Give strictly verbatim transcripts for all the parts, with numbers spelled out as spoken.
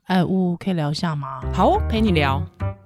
哎，呜，可以聊一下吗？ 好哦，陪你聊。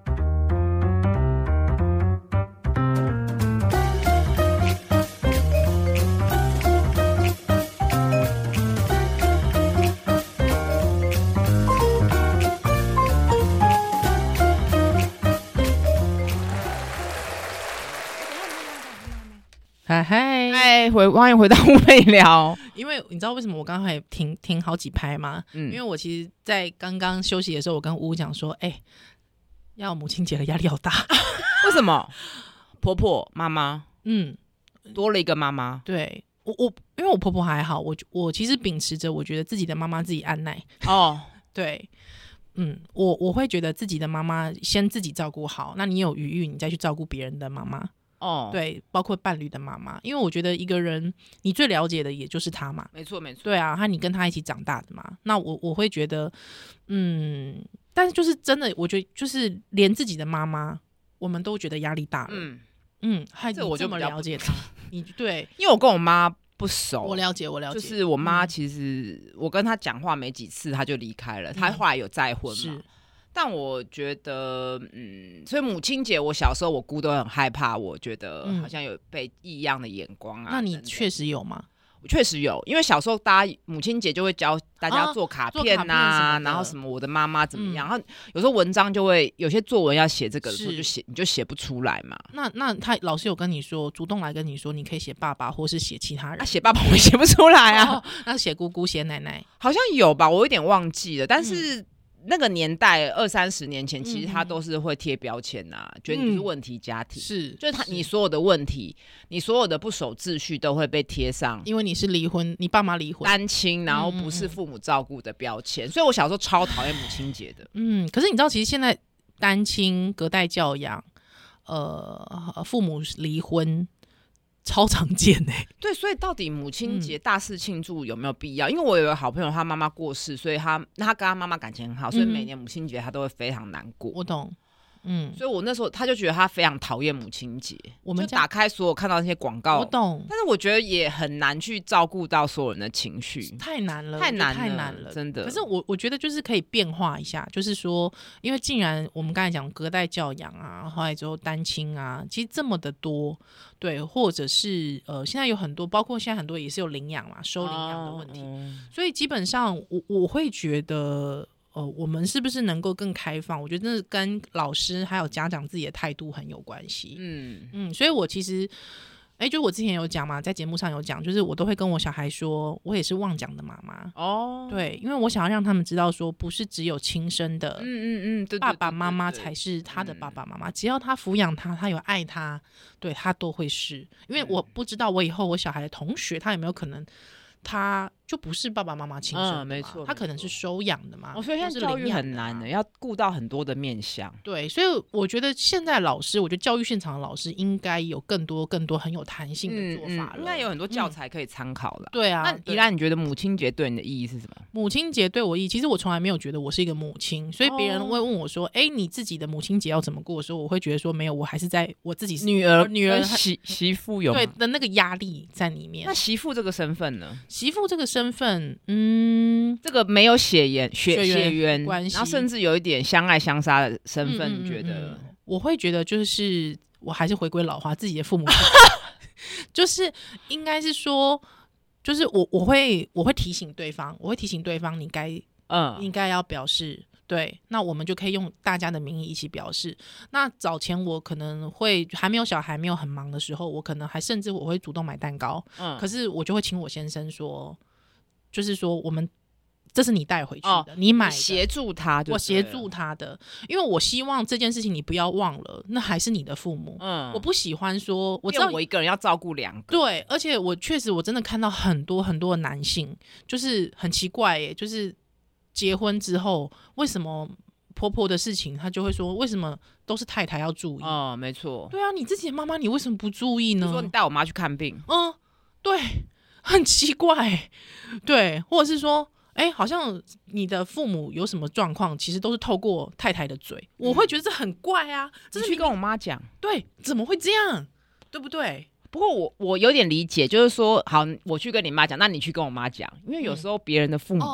嗨嗨嗨，回欢迎回到乌陪聊。 因为你知道为什么我刚刚还停停好几拍吗？嗯，因为我其实，在刚刚休息的时候，我跟乌讲说，哎、欸，要母亲节的压力好大。 为什么？婆婆妈妈， 嗯， 多了一个妈妈。 对我我，因为我婆婆还好，我我其实秉持着我觉得自己的妈妈自己按耐。 哦， 对。嗯，我我会觉得自己的妈妈先自己照顾好，那你有余裕，你再去照顾别人的妈妈。哦，对，包括伴侣的妈妈，因为我觉得一个人你最了解的也就是他嘛， 没错没错， 对啊，他你跟他一起长大的嘛，那我我会觉得，嗯，但是就是真的，我觉得就是连自己的妈妈，我们都觉得压力大了，嗯嗯，还这我就这么了解他，你对， 因为我跟我妈不熟， 我了解我了解， 就是我妈其实、嗯、我跟她讲话没几次，她就离开了，她后来有再婚嘛。是，但我觉得，嗯，所以母亲节，我小时候我姑都很害怕，我觉得好像有被异样的眼光啊。 嗯、那你确实有吗？ 确实有，因为小时候大家母亲节就会教大家做卡片啊，啊然后什么我的妈妈怎么样，嗯、然后有时候文章就会有些作文要写这个的时候就写你就写不出来嘛。 那那他老师有跟你说，主动来跟你说，你可以写爸爸或是写其他人。 那、啊、写爸爸我写不出来啊， 哦、那写姑姑写奶奶好像有吧，我有点忘记了，但是。嗯那个年代二三十年前，其实他都是会贴标签呐、啊，嗯、觉得你就是问题家庭， 是， 就是他你所有的问题，你所有的不守秩序都会被贴上， 因为你是离婚，你爸妈离婚， 单亲，然后不是父母照顾的标签，嗯嗯所以我小时候超讨厌母亲节的。 嗯，可是你知道，其实现在单亲、隔代教养，呃，父母离婚。超常见欸， 对，所以到底母亲节大肆庆祝有没有必要？嗯、因为我有个好朋友，他妈妈过世，所以他他跟他妈妈感情很好，所以每年母亲节他都会非常难过。 我懂，嗯， 所以我那时候他就觉得他非常讨厌母亲节，我们就打开所有看到那些广告， 我懂， 但是我觉得也很难去照顾到所有人的情绪， 太难了， 太难了， 太难了， 真的。 可是我我觉得就是可以变化一下，就是说，因为既然我们刚才讲隔代教养啊，后来之后单亲啊，其实这么的多，对，或者是呃，现在有很多，包括现在很多也是有领养嘛，收领养的问题，哦嗯、所以基本上我我会觉得。呃，我们是不是能够更开放？我觉得这跟老师还有家长自己的态度很有关系。嗯嗯，所以我其实，哎，就我之前有讲嘛，在节目上有讲，就是我都会跟我小孩说，我也是旺奖的妈妈。哦，对，因为我想要让他们知道说，不是只有亲生的，嗯嗯嗯，对，爸爸妈妈才是他的爸爸妈妈，只要他抚养他，他有爱他，对他都会是。因为我不知道我以后我小孩的同学他有没有可能。他就不是爸爸妈妈亲生的嘛、嗯、没错，他可能是收养的嘛。 哦，所以现在教育很难的，要顾到很多的面向。 对，所以我觉得现在老师，我觉得教育现场的老师应该有更多更多很有弹性的做法了、嗯嗯、 应该有很多教材可以参考了、嗯。 对啊， 那宜兰，你觉得母亲节对你的意义是什么？ 母亲节对我意义，其实我从来没有觉得我是一个母亲，所以别人会问我说：“哎、哦，你自己的母亲节要怎么过？”的时候，我会觉得说没有，我还是在我自己女儿、 女儿媳媳妇有对的那个压力在里面。 那媳妇这个身份呢？ 媳妇这个身份，嗯， 这个没有血缘血血缘关系， 然后甚至有一点相爱相杀的身份，嗯嗯嗯嗯，你觉得？ 我会觉得就是我还是回归老话，自己的父母就是应该是说，就是我我会我会提醒对方，我会提醒对方，你该嗯应该要表示。对，那我们就可以用大家的名义一起表示。那早前我可能会还没有小孩、没有很忙的时候，我可能还甚至我会主动买蛋糕，嗯，可是我就会请我先生说，就是说我们这是你带回去的，哦、你买的， 协助他就， 我协助他的，因为我希望这件事情你不要忘了，那还是你的父母。嗯，我不喜欢说，我知道我一个人要照顾两个， 对，而且我确实我真的看到很多很多的男性，就是很奇怪耶，就是。结婚之后，为什么婆婆的事情，他就会说，为什么都是太太要注意？ 哦，没错。 对啊，你自己的妈妈，你为什么不注意呢？ 就说你带我妈去看病。 嗯，对，很奇怪。对，或者是说，哎，好像你的父母有什么状况，其实都是透过太太的嘴。嗯、我会觉得这很怪啊。这是你去跟我妈讲， 对，怎么会这样？对不对？ 不过我我有点理解，就是说，好，我去跟你妈讲，那你去跟我妈讲，因为有时候别人的父母。嗯哦别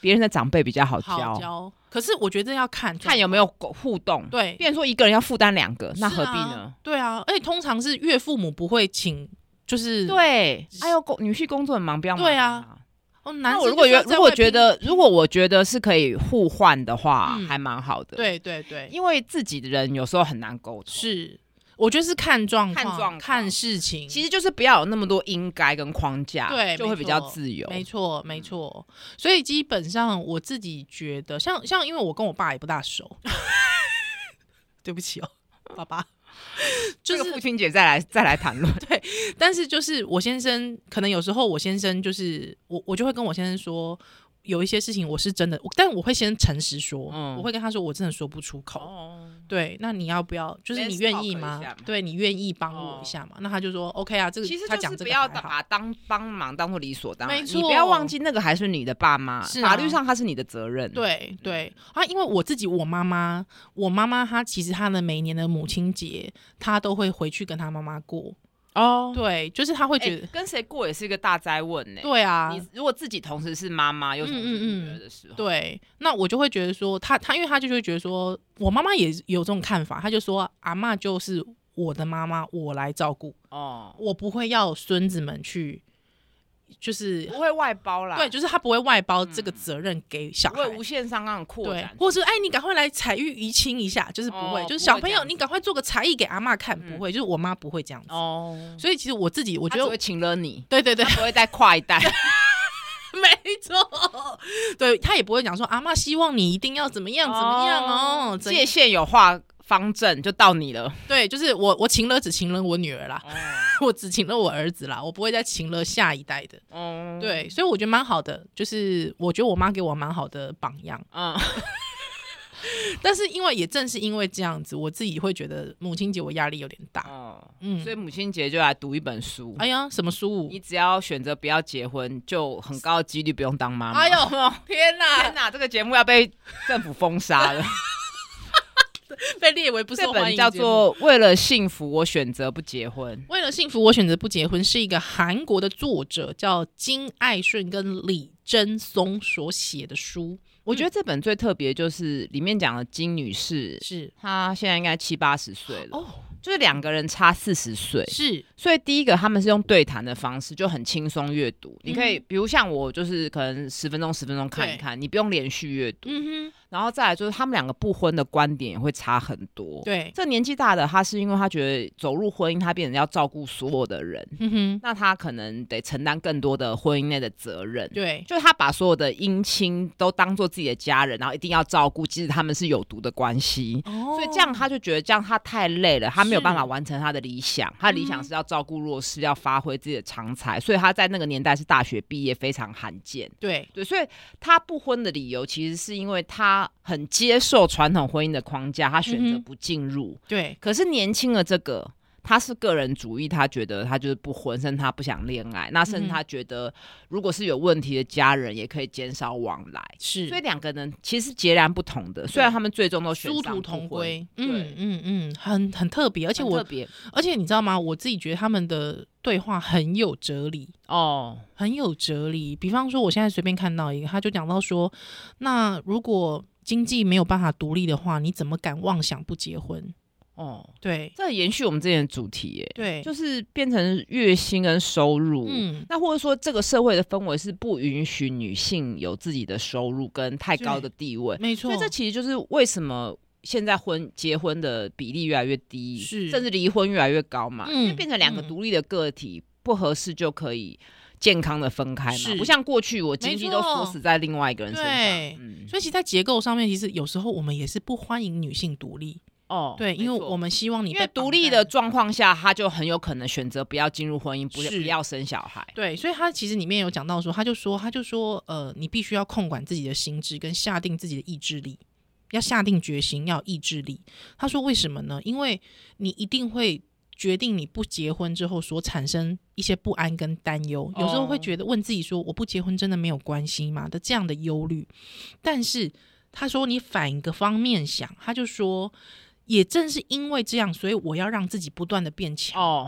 别人的长辈比较好教。 好教，可是我觉得要看看有没有互动。 对， 变成说一个人要负担两个，那何必呢？ 对啊，而且通常是岳父母不会请，就是对，哎呦，女婿工作很忙，不要忙。 对啊。哦、 那我如果如果觉得，如果我觉得是可以互换的话，嗯、还蛮好的。 对对对， 因为自己的人有时候很难沟通。 是，我觉得是看状况、 看状况、 看事情， 其实就是不要有那么多应该跟框架， 对， 就会比较自由。 没错，没错。所以基本上我自己觉得，像像因为我跟我爸也不大熟，对不起哦，爸爸。 就是父亲节再来再来谈论。 对，但是就是我先生，可能有时候我先生就是我，我就会跟我先生说，有一些事情我是真的，但我会先诚实说，嗯、我会跟他说我真的说不出口。哦、对，那你要不要？就是你愿意吗？对，你愿意帮我一下嘛？哦、那他就说 OK 啊，这个其实他讲这个不要把当帮忙当做理所当然， 没错， 你不要忘记那个还是你的爸妈，啊、法律上他是你的责任。 对对啊，因为我自己我妈妈，我妈妈她其实她的每年的母亲节，她都会回去跟她妈妈过。哦，对，就是他会觉得、欸、 跟谁过也是一个大哉问呢、欸。 对啊， 你如果自己同时是妈妈又同时是女儿的时候，嗯嗯嗯对，那我就会觉得说，他他因为他就会觉得说，我妈妈也有这种看法，他就说阿嬷就是我的妈妈，我来照顾哦，我不会要孙子们去。就是不会外包啦， 对，就是他不会外包这个责任给小孩， 不会无限上纲扩展， 或者是哎，你赶快来彩玉移亲一下，就是不会，哦、就是小朋友你赶快做个才艺给阿嬷看，嗯、不会，就是我妈不会这样子哦。所以其实我自己我觉得我会请了你， 对对对， 他不会再跨一代， 没错，对他也不会讲说阿嬷希望你一定要怎么样怎么样哦，哦界限有画方阵就到你了。 对，就是我我请了只请了我女儿啦。哦我只请了我儿子啦，我不会再请了下一代的。嗯，对，所以我觉得蛮好的，就是我觉得我妈给我蛮好的榜样。嗯，但是因为也正是因为这样子，我自己会觉得母亲节我压力有点大。 哦、嗯，所以母亲节就来读一本书。 哎呀，什么书？ 你只要选择不要结婚，就很高的几率不用当妈妈。 哎呦，天哪， 天哪，这个节目要被政府封杀了。 被列为不受欢迎。 这本叫做《为了幸福，我选择不结婚》。 为了幸福，我选择不结婚是一个韩国的作者叫金爱顺跟李真松所写的书。 我觉得这本最特别就是里面讲的金女士， 是她现在应该七八十岁了。哦。就是两个人差四十岁， 是， 所以第一个他们是用对谈的方式，就很轻松阅读。嗯、你可以，比如像我，就是可能十分钟、十分钟看一看，你不用连续阅读。嗯哼。然后再来就是他们两个不婚的观点也会差很多。 对， 这年纪大的他是因为他觉得走入婚姻，他变成要照顾所有的人。嗯哼。那他可能得承担更多的婚姻内的责任。 对， 就是他把所有的姻亲都当做自己的家人，然后一定要照顾，即使他们是有毒的关系。哦。所以这样他就觉得这样他太累了，他没有办法完成他的理想。他的理想是要照顾弱势，要发挥自己的长才，所以他在那个年代是大学毕业，非常罕见。 对对，所以他不婚的理由其实是因为他很接受传统婚姻的框架，他选择不进入。 嗯、对， 可是年轻的这个。他是个人主义，他觉得他就是不婚，甚至他不想恋爱，那甚至他觉得如果是有问题的家人也可以减少往来， 是， 所以两个人其实截然不同的，虽然他们最终都选上殊途同归，嗯嗯嗯，很很特别，而且我特别， 而且你知道吗？我自己觉得他们的对话很有哲理哦，很有哲理。比方说，我现在随便看到一个，他就讲到说，那如果经济没有办法独立的话，你怎么敢妄想不结婚？哦，对， 这延续我们之前的主题耶， 对， 就是变成月薪跟收入，嗯，那或者说这个社会的氛围是不允许女性有自己的收入跟太高的地位， 没错， 所以这其实就是为什么现在婚结婚的比例越来越低， 是， 甚至离婚越来越高嘛，嗯、因为变成两个独立的个体、嗯、不合适就可以健康的分开嘛，不像过去我经济都锁死在另外一个人身上， 对，嗯、所以其实在结构上面，其实有时候我们也是不欢迎女性独立。哦，对，因为我们希望你因为独立的状况下，他就很有可能选择不要进入婚姻，不不要生小孩。 对，所以他其实里面有讲到说，他就说，他就说，呃，你必须要控管自己的心智，跟下定自己的意志力，要下定决心，要有意志力。他说为什么呢？因为你一定会决定你不结婚之后所产生一些不安跟担忧，有时候会觉得问自己说，我不结婚真的没有关系吗？的这样的忧虑。但是他说，你反一个方面想，他就说。也正是因为这样，所以我要让自己不断的变强。哦，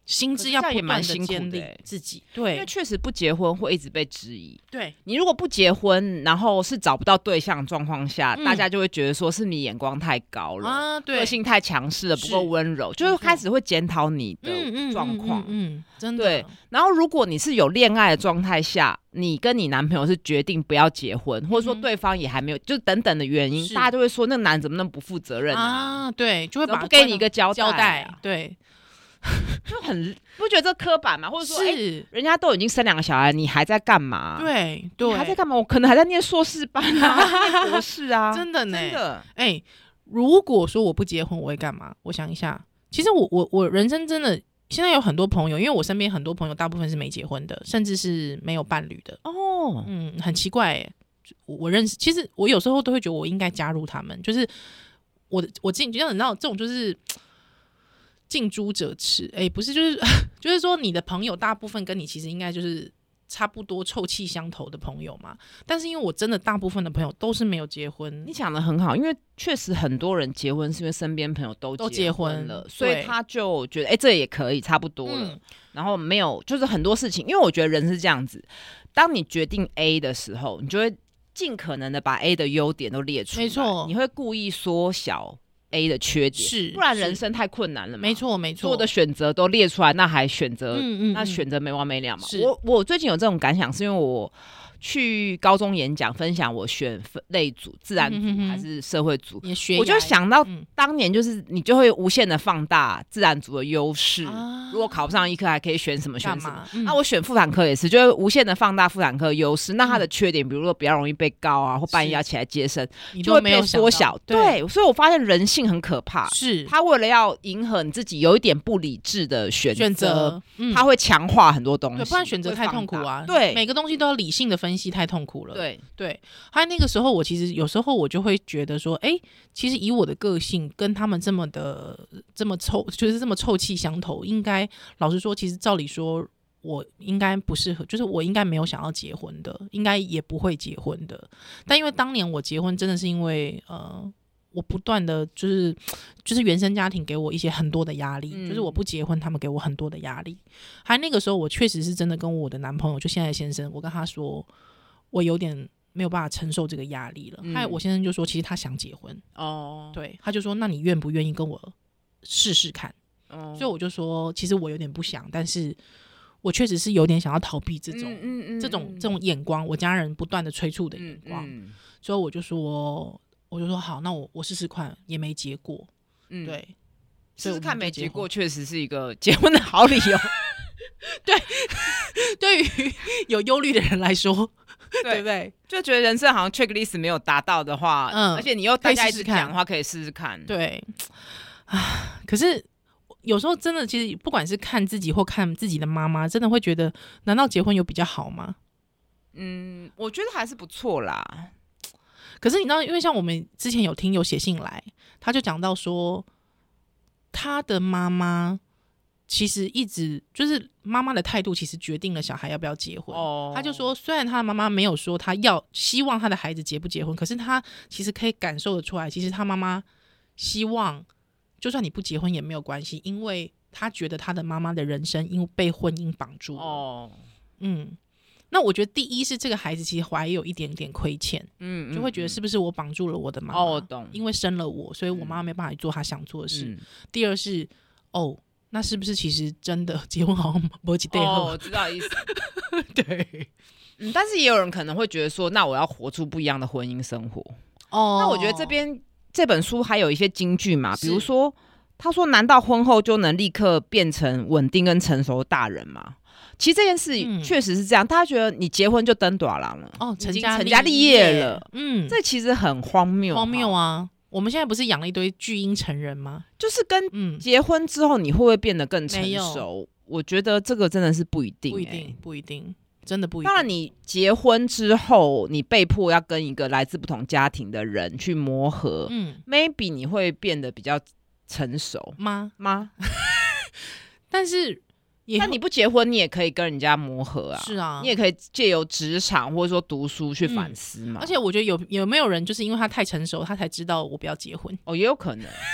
心智要不断的建立自己，对， 因为确实不结婚会一直被质疑。 对， 你如果不结婚，然后是找不到对象的状况下、嗯，大家就会觉得说是你眼光太高了，啊、对，个性太强势了，不够温柔，就会开始会检讨你的状况。嗯, 嗯, 嗯, 嗯, 嗯，真的。对，然后如果你是有恋爱的状态下，你跟你男朋友是决定不要结婚，或者说对方也还没有，就等等的原因，大家就会说那个男人怎么那么不负责任啊？ 啊对，就会把不给你一个交代、啊， 交代对。 就很不觉得这刻板吗？或者说，哎、欸，人家都已经生两个小孩，你还在干嘛？ 对对， 你还在干嘛？我可能还在念硕士班啊，念博士啊， 真的呢， 真的。 哎、欸，如果说我不结婚，我会干嘛？我想一下，其实我我我人生真的现在有很多朋友，因为我身边很多朋友大部分是没结婚的，甚至是没有伴侣的。 哦， 嗯，很奇怪哎，我认识，其实我有时候都会觉得我应该加入他们，就是我我自己觉得，你知道这种就是。近朱者赤，哎、欸，不是，就是就是说，你的朋友大部分跟你其实应该就是差不多臭气相投的朋友嘛。但是因为我真的大部分的朋友都是没有结婚， 你讲的很好，因为确实很多人结婚是因为身边朋友都结婚了，所以他就觉得哎、欸，这也可以差不多了、嗯。然后没有，就是很多事情，因为我觉得人是这样子，当你决定 A 的时候，你就会尽可能的把 A 的优点都列出来， 没错， 你会故意缩小A 的缺点，是，不然人生太困难了嘛。 没错没错， 所有的选择都列出来，那还选择，嗯嗯嗯，那选择没完没了嘛。我我最近有这种感想，是因为我去高中演讲分享我选类组，自然组还是社会组，嗯、我就想到当年就是你就会无限的放大自然组的优势、啊，如果考不上医科还可以选什么选什么。那、嗯啊、我选妇产科也是，就会无限的放大妇产科的优势。那它的缺点，比如说比较容易被告啊，或半夜要起来接生，就会被缩小。对，所以我发现人性很可怕，是他为了要迎合你自己有一点不理智的选择，选择嗯、他会强化很多东西， 对，不然选择太痛苦啊。 对， 每个东西都要理性的分析，太痛苦了。 对对，还有那个时候，我其实有时候我就会觉得说，哎、欸，其实以我的个性跟他们这么的这么臭，就是这么臭气相投，应该老实说，其实照理说，我应该不适合，就是我应该没有想要结婚的，应该也不会结婚的。但因为当年我结婚，真的是因为呃。我不断的就是就是原生家庭给我一些很多的压力、嗯、就是我不结婚他们给我很多的压力。还那个时候我确实是真的跟我的男朋友就现在的先生，我跟他说我有点没有办法承受这个压力了、嗯、还有我先生就说其实他想结婚哦，对，他就说那你愿不愿意跟我试试看、哦、所以我就说其实我有点不想，但是我确实是有点想要逃避这种、嗯嗯嗯、这种这种眼光，我家人不断的催促的眼光、嗯嗯、所以我就说我就说好，那我我试试看，也没结果。嗯，对， 试试看没结果，确实是一个结婚的好理由。 对，对于有忧虑的人来说，对, 对不对？ 就觉得人生好像 checklist 没有达到的话，嗯，而且你又大家一直讲的话，可以试试看。 对，啊，可是有时候真的，其实不管是看自己或看自己的妈妈，真的会觉得，难道结婚有比较好吗？ 嗯，我觉得还是不错啦。 可是你知道，因为像我们之前有听友写信来，他就讲到说，他的妈妈其实一直就是妈妈的态度，其实决定了小孩要不要结婚。哦，他就说，虽然他的妈妈没有说他要希望他的孩子结不结婚，可是他其实可以感受得出来，其实他妈妈希望，就算你不结婚也没有关系，因为他觉得他的妈妈的人生因为被婚姻绑住了。哦，嗯。那我觉得第一是这个孩子其实还有一点点亏欠，嗯，就会觉得是不是我绑住了我的妈妈？哦，我懂，因为生了我，所以我妈妈没办法做她想做的事。嗯、第二是，哦，那是不是其实真的结婚好像没几对后？ 哦，我知道意思。 对， 嗯，但是也有人可能会觉得说，那我要活出不一样的婚姻生活。哦，那我觉得这边这本书还有一些金句嘛，比如说他说：“难道婚后就能立刻变成稳定跟成熟的大人吗？”其实这件事确实是这样，嗯、大家觉得你结婚就登大人了，哦，成家成家立业了，嗯，这其实很荒谬， 荒谬啊！我们现在不是养了一堆巨婴成人吗？ 就是跟结婚之后你会不会变得更成熟？嗯、我觉得这个真的是不一定、欸， 不一定，不一定，真的不一定。 当然，你结婚之后，你被迫要跟一个来自不同家庭的人去磨合，嗯 ，maybe 你会变得比较成熟吗？ 吗？ 但是。 那你不结婚，你也可以跟人家磨合啊。是啊，你也可以借由职场或者说读书去反思嘛。 嗯、而且我觉得有有没有人就是因为他太成熟，他才知道我不要结婚？ 哦，也有可能。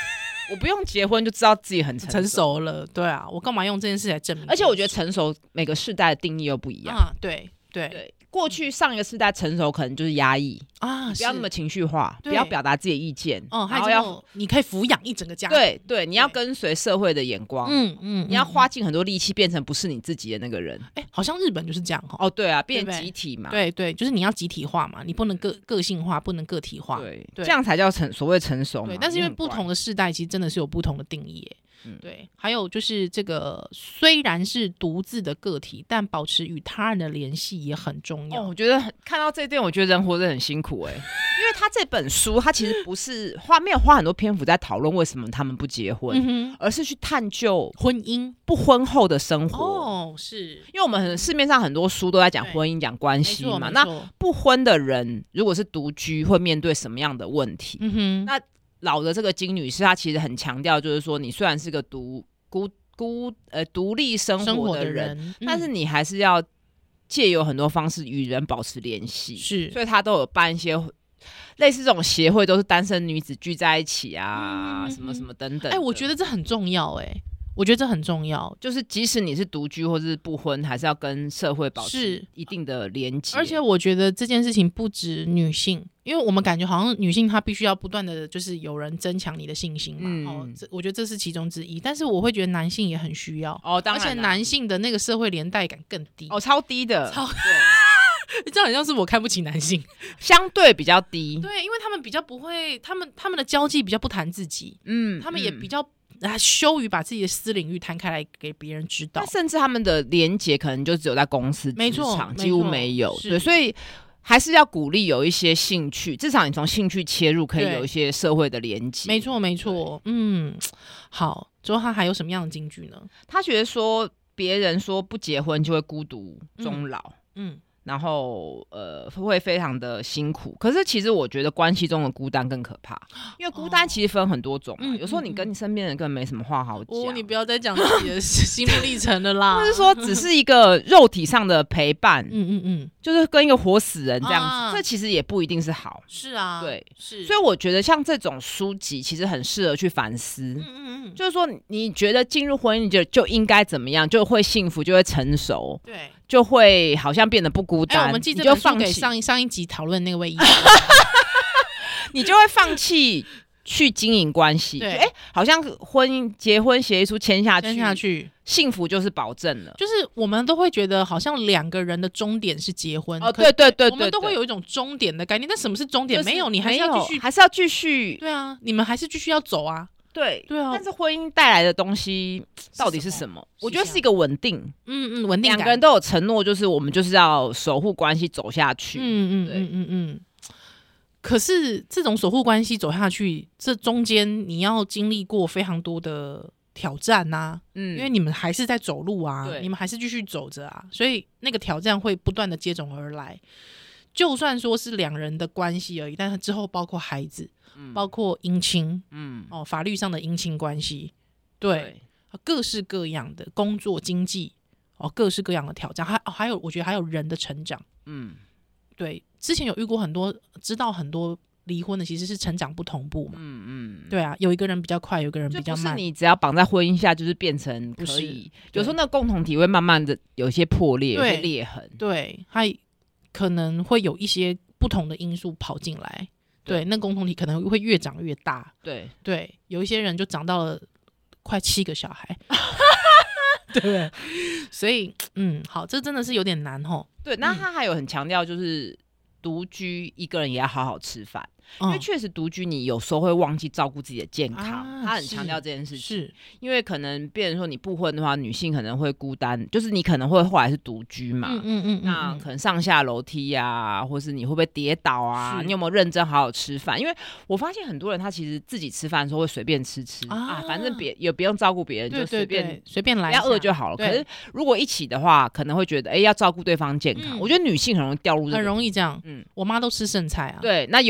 我不用结婚就知道自己很成熟成熟了，对啊，我干嘛用这件事来证明？ 而且我觉得成熟每个世代的定义又不一样。 啊，对对对，过去上一个世代成熟可能就是压抑啊， 不要那么情绪化，不要表达自己的意见， 哦， 然后要你可以抚养一整个家庭， 对对，你要跟随社会的眼光，嗯嗯，你要花尽很多力气变成不是你自己的那个人。 哎、欸，好像日本就是这样哦，对啊，变成集体嘛， 对 对, 对，就是你要集体化嘛，你不能个个性化，不能个体化， 对，对这样才叫成所谓成熟嘛。 对，但是因为不同的世代，其实真的是有不同的定义耶。嗯、对，还有就是这个虽然是独自的个体，但保持与他人的联系也很重要。 哦、我觉得看到这一点，我觉得人活得很辛苦哎，因为他这本书，他其实不是花没有花很多篇幅在讨论为什么他们不结婚，嗯、而是去探究婚姻不婚后的生活。 哦，是因为我们市面上很多书都在讲婚姻、讲关系嘛，那不婚的人如果是独居，会面对什么样的问题？嗯哼，那。老的这个金女士，她其实很强调，就是说，你虽然是个独孤孤呃独立生活的人， 的人嗯、 但是你还是要借由很多方式与人保持联系。 是， 所以她都有办一些类似这种协会，都是单身女子聚在一起啊，嗯、什么什么等等。 哎、欸，我觉得这很重要、欸，哎。我觉得这很重要， 就是即使你是独居或是不婚，还是要跟社会保持一定的连接。 而且我觉得这件事情不止女性，因为我们感觉好像女性她必须要不断的就是有人增强你的信心嘛。嗯、哦，这我觉得这是其中之一。但是我会觉得男性也很需要哦，当然， 而且男性的那个社会连带感更低哦，超低的， 超对。这样好像是我看不起男性， 相对比较低。 对，因为他们比较不会，他们他们的交际比较不谈自己，嗯，他们也比较。啊，羞于把自己的私领域摊开来给别人知道， 甚至他们的连结可能就只有在公司职场，几乎没有。对，所以还是要鼓励有一些兴趣，至少你从兴趣切入，可以有一些社会的连结。 没错，没错。嗯，好。之后他还有什么样的金句呢？ 他觉得说，别人说不结婚就会孤独终老。嗯。嗯然后呃会非常的辛苦，可是其实我觉得关系中的孤单更可怕，因为孤单其实分很多种嘛、哦、有时候你跟你身边人根本没什么话好讲、 哦、你不要再讲自己的心路历程了啦或是说只是一个肉体上的陪伴，嗯嗯嗯，就是跟一个活死人这样子、啊、这其实也不一定是好。 是啊， 对， 是， 所以我觉得像这种书籍其实很适合去反思，嗯嗯嗯，就是说你觉得进入婚姻就就应该怎么样，就会幸福，就会成熟， 对， 就会好像变得不孤单、欸、 我们寄这本书给上一上一集讨论那位医生你就会放弃去经营关系，对，哎，好像婚姻结婚协议书签下去， 签下去， 幸福就是保证了。 就是我们都会觉得好像两个人的终点是结婚， 哦，对对 对, 对, 对， 我们都会有一种终点的概念。但什么是终点？就是、没有，你还是要继续， 还是要继续。 对啊，你们还是继续要走啊。 对对啊， 但是婚姻带来的东西到底是什么？我觉得是一个稳定， 嗯嗯，稳定感。 两个人都有承诺，就是我们就是要守护关系走下去。 嗯嗯嗯嗯嗯。可是这种守护关系走下去，这中间你要经历过非常多的挑战啊，嗯，因为你们还是在走路啊，你们还是继续走着啊，所以那个挑战会不断的接踵而来。就算说是两人的关系而已，但是之后包括孩子。嗯、包括姻亲，嗯，哦，法律上的姻亲关系，对，对，各式各样的工作、经济，哦，各式各样的挑战，还、哦、还有，我觉得还有人的成长，嗯，对，之前有遇过很多，知道很多离婚的其实是成长不同步嘛，嗯嗯，对啊，有一个人比较快，有一个人比较慢， 就不是你只要绑在婚姻下就是变成可以，有时候那个共同体会慢慢的有一些破裂，有些裂痕， 对，它可能会有一些不同的因素跑进来。对，那共同体可能会越长越大。 对对，有一些人就长到了快七个小孩，对，所以嗯，好，这真的是有点难吼。 对，那他还有很强调，就是独居一个人也要好好吃饭。因为确实独居你有时候会忘记照顾自己的健康、啊、他很强调这件事情，是因为可能变成说你不婚的话，女性可能会孤单，就是你可能会后来是独居嘛，嗯嗯 嗯, 嗯，那可能上下楼梯啊，或是你会不会跌倒啊，你有没有认真好好吃饭？因为我发现很多人他其实自己吃饭的时候会随便吃吃 啊, 啊，反正别也不用照顾别人，就随便随便来， 不要饿就好了。可是如果一起的话，可能会觉得哎、欸、要照顾对方健康、嗯，我觉得女性很容易掉入、這個， 很容易这样。嗯，我妈都吃剩菜啊。 对，那有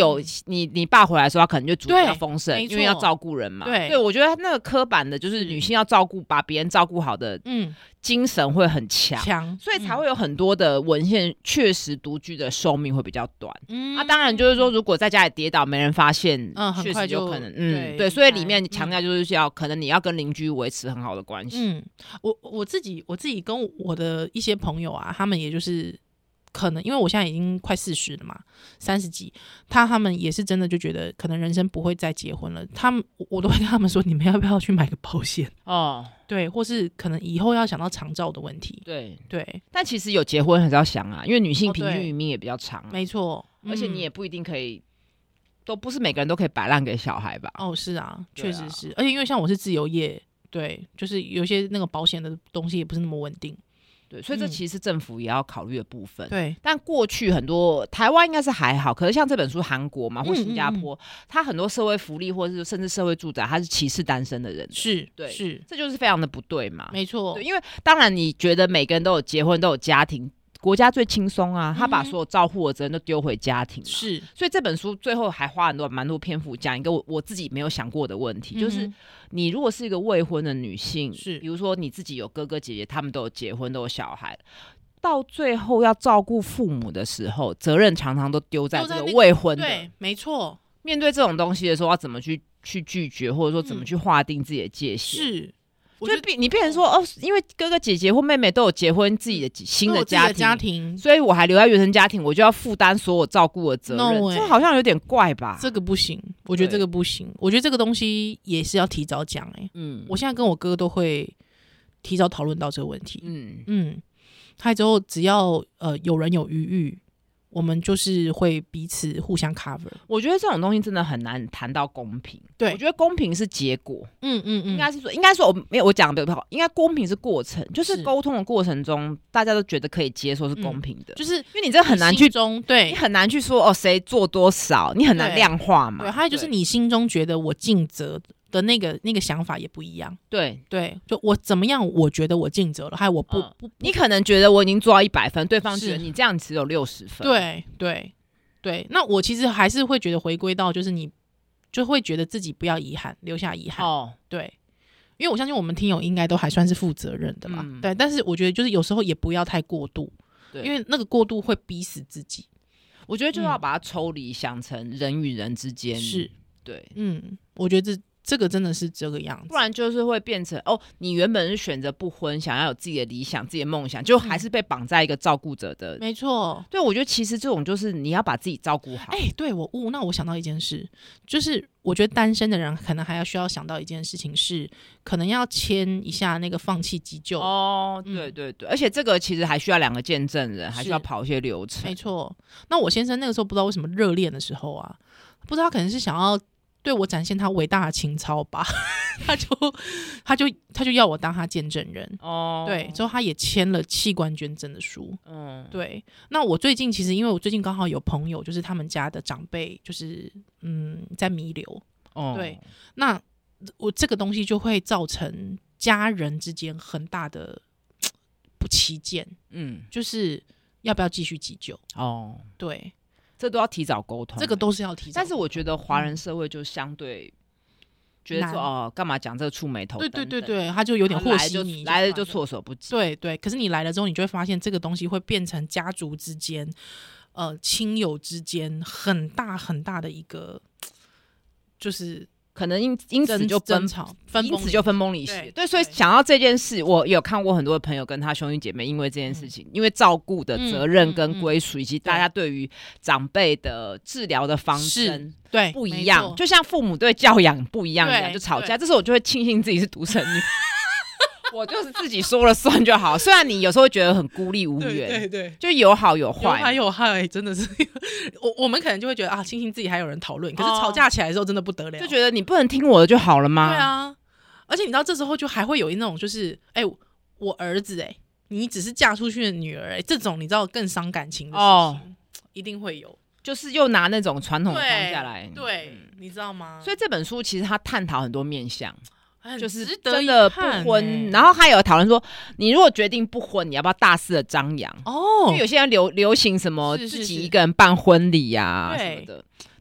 你你爸回来的时候，他可能就煮比较丰盛，因为要照顾人嘛。 对， 对我觉得那个刻板的就是女性要照顾，把别人照顾好的，嗯，精神会很强，强，所以才会有很多的文献确实独居的寿命会比较短。嗯，啊，当然就是说，如果在家里跌倒没人发现，嗯，确实有可能，嗯，对, 对，所以里面强调就是要、嗯、可能你要跟邻居维持很好的关系。 嗯，我我自己我自己跟我的一些朋友啊，他们也就是可能因为我现在已经快四十了嘛，三十几，他他们也是真的就觉得可能人生不会再结婚了，他们我都会跟他们说，你们要不要去买个保险哦？对，或是可能以后要想到长照的问题。 对对， 但其实有结婚还是要想啊，因为女性平均余命也比较长、啊哦， 没错， 而且你也不一定可以。都不是每个人都可以摆烂给小孩吧？ 哦，是啊，确实是，而且因为像我是自由业，对，就是有些那个保险的东西也不是那么稳定， 对，所以这其实是政府也要考虑的部分。 对、嗯， 但过去很多台湾应该是还好，可是像这本书韩国嘛或新加坡，嗯嗯嗯它很多社会福利或者是甚至社会住宅，它是歧视单身的人的， 是， 对， 是， 这就是非常的不对嘛， 没错。 因为当然你觉得每个人都有结婚都有家庭。国家最轻松啊，他把所有照护的责任都丢回家庭嘛， 是， 所以这本书最后还花很多蛮多篇幅讲一个我我自己没有想过的问题，嗯、就是你如果是一个未婚的女性，是，比如说你自己有哥哥姐姐，他们都有结婚都有小孩，到最后要照顾父母的时候，责任常常都丢在这个未婚的， 那個、对，没错。 面对这种东西的时候，要怎么去去拒绝，或者说怎么去划定自己的界限？ 嗯、是。 就你变成说哦，因为哥哥姐姐或妹妹都有结婚自己的新的家 庭, 的家庭， 所以我还留在原生家庭，我就要负担所有照顾的责任。No 欸、这好像有点怪吧？ 这个不行，我觉得这个不行。我觉得这个东西也是要提早讲哎、欸。嗯，我现在跟我哥都会提早讨论到这个问题。嗯嗯，还之后只要呃有人有余裕。我们就是会彼此互相 cover。 我觉得这种东西真的很难谈到公平。对，我觉得公平是结果。嗯嗯嗯，应该是说，应该说我没有我讲的不好，应该公平是过程，就是沟通的过程中，大家都觉得可以接受是公平的。嗯、就是因为你这很难去中，对， 你很难去说哦谁做多少，你很难量化嘛。 对，还有就是你心中觉得我尽责的那个那个想法也不一样。 对对，就我怎么样，我觉得我尽责了，还有我不、嗯、不， 你可能觉得我已经做到一百分，对方觉得你这样只有六十分。 对对对，那我其实还是会觉得回归到就是你就会觉得自己不要遗憾，留下遗憾。哦，对，因为我相信我们听友应该都还算是负责任的啦。嗯、对，但是我觉得就是有时候也不要太过度，对，因为那个过度会逼死自己。 我觉得就要把它抽离，想成人与人之间、嗯、 是， 对， 嗯，我觉得这。这个真的是这个样子， 不然就是会变成哦，你原本是选择不婚，想要有自己的理想、自己的梦想，就还是被绑在一个照顾者的。 嗯、没错， 对，我觉得其实这种就是你要把自己照顾好。 哎、欸，对我悟、哦，那我想到一件事，就是我觉得单身的人可能还要需要想到一件事情是，可能要签一下那个放弃急救。 哦，嗯、对对对，而且这个其实还需要两个见证人，还需要跑一些流程。 没错，那我先生那个时候不知道为什么热恋的时候啊，不知道可能是想要。对我展现他伟大的情操吧，他就他就他就要我当他见证人哦，对，之后他也签了器官捐赠的书，嗯，对。那我最近其实因为我最近刚好有朋友，就是他们家的长辈就是嗯在弥留，哦，对，那我这个东西就会造成家人之间很大的不旗舰，嗯，就是要不要继续急救哦，对。 这都要提早沟通， 这个都是要提早沟通。 但是我觉得华人社会就相对觉得说哦，干嘛讲这个触眉头等等？ 对对对对，他就有点和稀泥， 来了就措手不及。 对对，可是你来了之后，你就会发现这个东西会变成家族之间、呃亲友之间很大很大的一个，就是。 可能 因, 因此就分吵， 因此就分崩离析。对, 对，所以想到这件事，我有看过很多的朋友跟他兄弟姐妹，因为这件事情，嗯、因为照顾的责任跟归属，嗯嗯嗯、以及大家对于长辈的治疗的方针对不一样，就像父母对教养不一样一样，就吵架。这时候我就会庆幸自己是独生女。我就是自己说了算就好，虽然你有时候会觉得很孤立无援，对对对，就有好有坏， 有好有坏，真的是我我们可能就会觉得啊，庆幸自己还有人讨论，可是吵架起来的时候真的不得了， 就觉得你不能听我的就好了吗？ 对啊，而且你知道这时候就还会有那种就是哎、欸，我儿子哎、欸，你只是嫁出去的女儿哎、欸，这种你知道更伤感情的事情、哦、一定会有， 就是又拿那种传统框架来， 对，对嗯、你知道吗？ 所以这本书其实它探讨很多面向。就是真的不婚、欸，然后还有讨论说，你如果决定不婚，你要不要大肆的张扬？哦，因为有些人流流行什么自己一个人办婚礼呀、啊、什么的。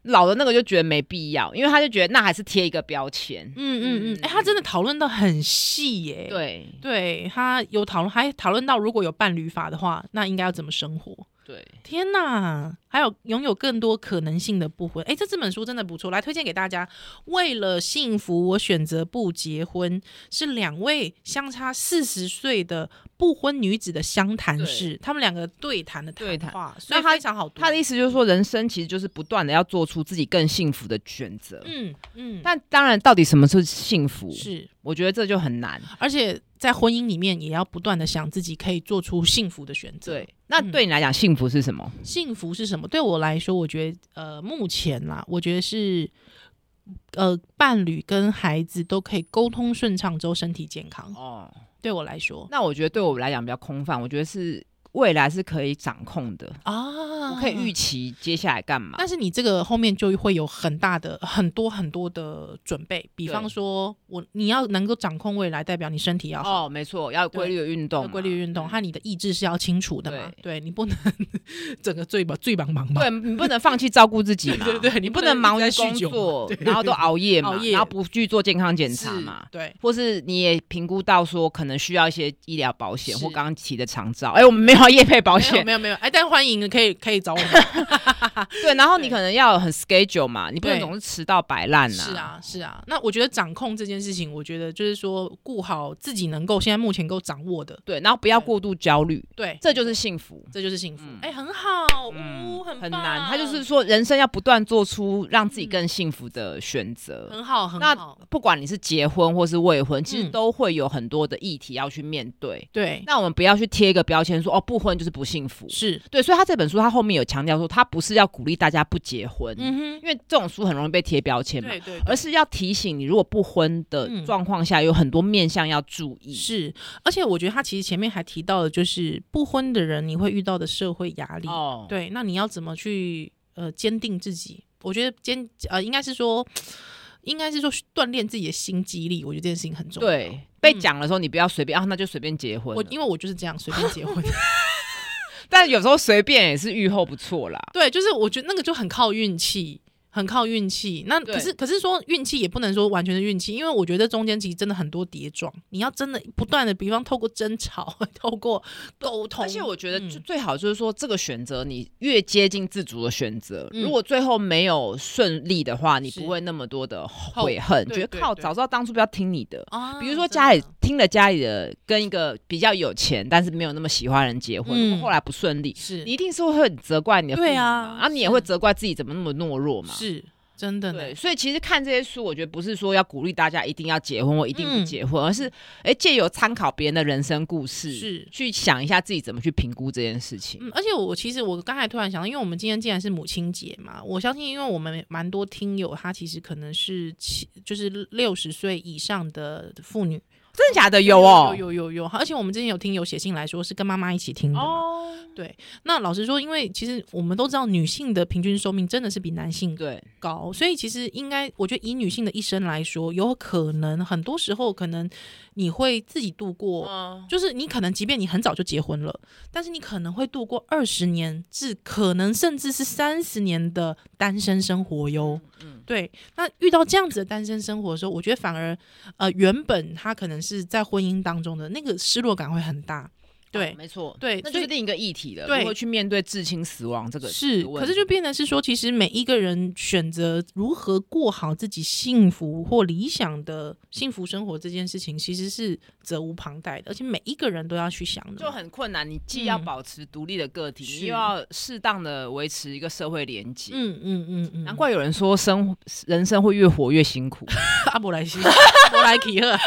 老的那个就觉得没必要，因为他就觉得那还是贴一个标签。 嗯嗯嗯，哎、欸，他真的讨论到很细耶。 对对，他有讨论，还讨论到如果有伴侣法的话，那应该要怎么生活。 对， 天哪，还有拥有更多可能性的不婚。哎，这这本书真的不错，来推荐给大家。为了幸福，我选择不结婚，是两位相差四十岁的不婚女子的相谈室，他们两个对谈的谈话，所以非常好读。 他的意思就是说，人生其实就是不断的要做出自己更幸福的选择。嗯嗯，但当然，到底什么是幸福？ 是我觉得这就很难， 而且在婚姻里面也要不断的想自己可以做出幸福的选择。 对，那对你来讲，嗯、幸福是什么？ 幸福是什么？对我来说，我觉得呃，目前啦，我觉得是呃，伴侣跟孩子都可以沟通顺畅之后，身体健康。哦，对我来说， 那我觉得对我来讲比较空泛，我觉得是未来是可以掌控的啊，我可以预期接下来干嘛。 但是你这个后面就会有很大的很多很多的准备，比方说我你要能够掌控未来，代表你身体要好。 哦，没错，要有规律的运动， 规律运动，和你的意志是要清楚的嘛。对，对你不能整个最最忙忙嘛。 对，你不能放弃照顾自己嘛。 对对对， 你不能忙于工作，然后都熬夜嘛，然后不去做健康检查嘛。 对， 或是你也评估到说可能需要一些医疗保险或刚刚提的长照。哎，我们没有业配保险。 没有没有，哎，但欢迎可以可以找我们。 对，然后你可能要有很 schedule 嘛，你不能总是迟到摆烂啊。 是啊是啊，那我觉得掌控这件事情，我觉得就是说顾好自己能够现在目前够掌握的， 对，然后不要过度焦虑， 对， 这就是幸福， 这就是幸福。哎、嗯欸，很好，嗯，很很难。他就是说，人生要不断做出让自己更幸福的选择、 嗯，很好很好。那不管你是结婚或是未婚，其实都会有很多的议题要去面对。 对、嗯， 那我们不要去贴一个标签说哦，不婚就是不幸福。 是对，所以他这本书他后面有强调说，他不是要鼓励大家不结婚，嗯哼，因为这种书很容易被贴标签嘛， 对 对, 对， 而是要提醒你，如果不婚的状况下，有很多面向要注意。 是，而且我觉得他其实前面还提到的，就是不婚的人你会遇到的社会压力。哦，对，那你要怎么去呃坚定自己？我觉得坚呃应该是说。应该是说锻炼自己的心肌力，我觉得这件事情很重要。 对，被讲的时候你不要随便、嗯、啊，那就随便结婚。 我因为我就是这样随便结婚， 但有时候随便也是预后不错啦。 对，就是我觉得那个就很靠运气。很靠运气，那可是可是说运气也不能说完全是运气，因为我觉得中间其实真的很多跌撞，你要真的不断的，比方透过争吵，透过沟通， 而且我觉得就最好就是说、嗯、这个选择你越接近自主的选择、嗯，如果最后没有顺利的话，你不会那么多的悔恨，觉得靠早知道当初不要听你的。啊、比如说家里听了家里的跟一个比较有钱但是没有那么喜欢的人结婚，嗯、后来不顺利，是你一定是会很责怪你的父母嘛，对啊，然后你也会责怪自己怎么那么懦弱嘛。 是真的呢， 对，所以其实看这些书，我觉得不是说要鼓励大家一定要结婚或一定不结婚，嗯、而是哎借由参考别人的人生故事，是去想一下自己怎么去评估这件事情。 嗯，而且我其实我刚才突然想到，因为我们今天既然是母亲节嘛，我相信因为我们蛮多听友，他其实可能是七就是六十岁以上的妇女。 真的假的？有哦， 有有有有，而且我们之前有听友写信来说是跟妈妈一起听的嘛。哦，对。那老实说，因为其实我们都知道女性的平均寿命真的是比男性高，所以其实应该，我觉得以女性的一生来说，有可能很多时候可能你会自己度过，嗯、就是你可能即便你很早就结婚了，但是你可能会度过二十年至可能甚至是三十年的单身生活哟。嗯，对。那遇到这样子的单身生活的时候，我觉得反而呃原本他可能是在婚姻当中的那个失落感会很大。对、 哦，没错， 对， 那就是另一个议题了。如何去面对至亲死亡这个是，可是就变成是说，其实每一个人选择如何过好自己幸福或理想的幸福生活这件事情，其实是责无旁贷的，而且每一个人都要去想的， 就很困难。你既要保持独立的个体，嗯、你又要适当的维持一个社会连结。嗯嗯嗯嗯，难怪有人说生人生会越活越辛苦。 阿伯莱西，伯莱奇赫。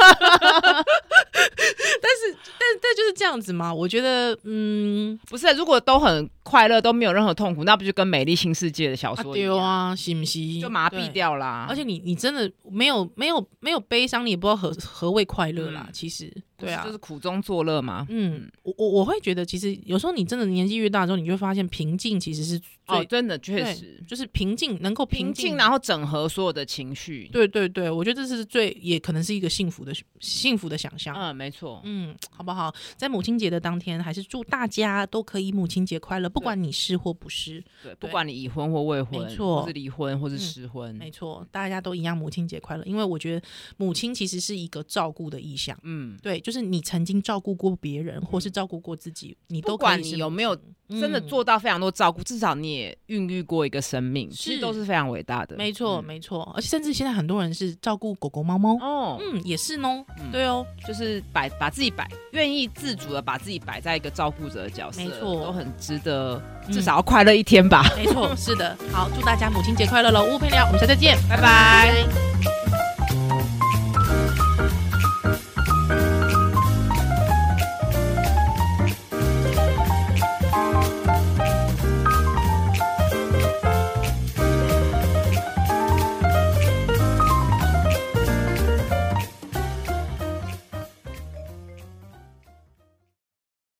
但是，但但就是这样子嘛？我觉得，嗯， 不是，如果都很快乐，都没有任何痛苦，那不就跟《美丽新世界》的小说一样？ 对啊，是不是？ 就麻痹掉啦。 而且你，你真的没有没有没有悲伤，你也不知道何何谓快乐啦。嗯、其实， 对啊， 就是苦中作乐嘛。 嗯，我我我会觉得，其实有时候你真的年纪越大之后，你就会发现平静其实是最哦，真的确实就是平静，能够平静， 然后整合所有的情绪。 对对对，我觉得这是最也可能是一个幸福的幸福的想象。 嗯，没错。 嗯，好不好？在母亲节的当天，还是祝大家都可以母亲节快乐，不管你是或不是。 对，不管你已婚或未婚， 没错， 或是离婚或是失婚， 嗯，没错，大家都一样母亲节快乐。因为我觉得母亲其实是一个照顾的意象。嗯，对，就是你曾经照顾过别人，或是照顾过自己，你都可以是母亲。不管你有没有真的做到非常多照顾，嗯，至少你也孕育过一个生命，其实都是非常伟大的。 没错，嗯，没错，而且甚至现在很多人是照顾狗狗、猫猫哦，嗯，也是哦，嗯，对哦， 就是摆把自己摆，愿意自主的把自己摆在一个照顾者的角色， 没错， 都很值得，至少要快乐一天吧。 嗯，没错，是的。好，祝大家母亲节快乐喽！乌陪聊，我们下次再见， 拜拜。